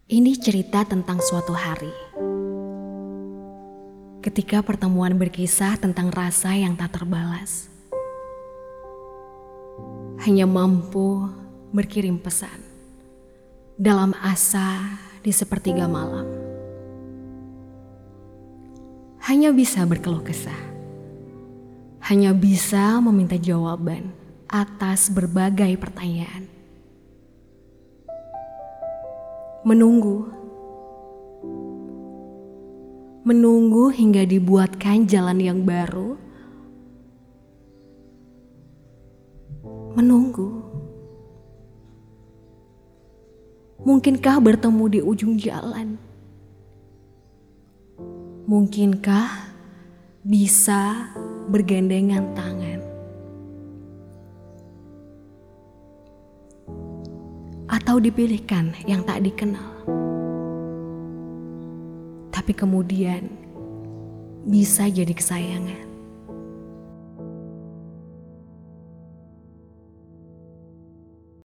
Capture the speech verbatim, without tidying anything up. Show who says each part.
Speaker 1: Ini cerita tentang suatu hari, ketika pertemuan berkisah tentang rasa yang tak terbalas. Hanya mampu berkirim pesan dalam asa di sepertiga malam. Hanya bisa berkeluh kesah, hanya bisa meminta jawaban atas berbagai pertanyaan. Menunggu, menunggu hingga dibuatkan jalan yang baru. Menunggu, mungkinkah bertemu di ujung jalan? Mungkinkah bisa bergandengan tangan? Atau dipilihkan yang tak dikenal, tapi kemudian bisa jadi kesayangan.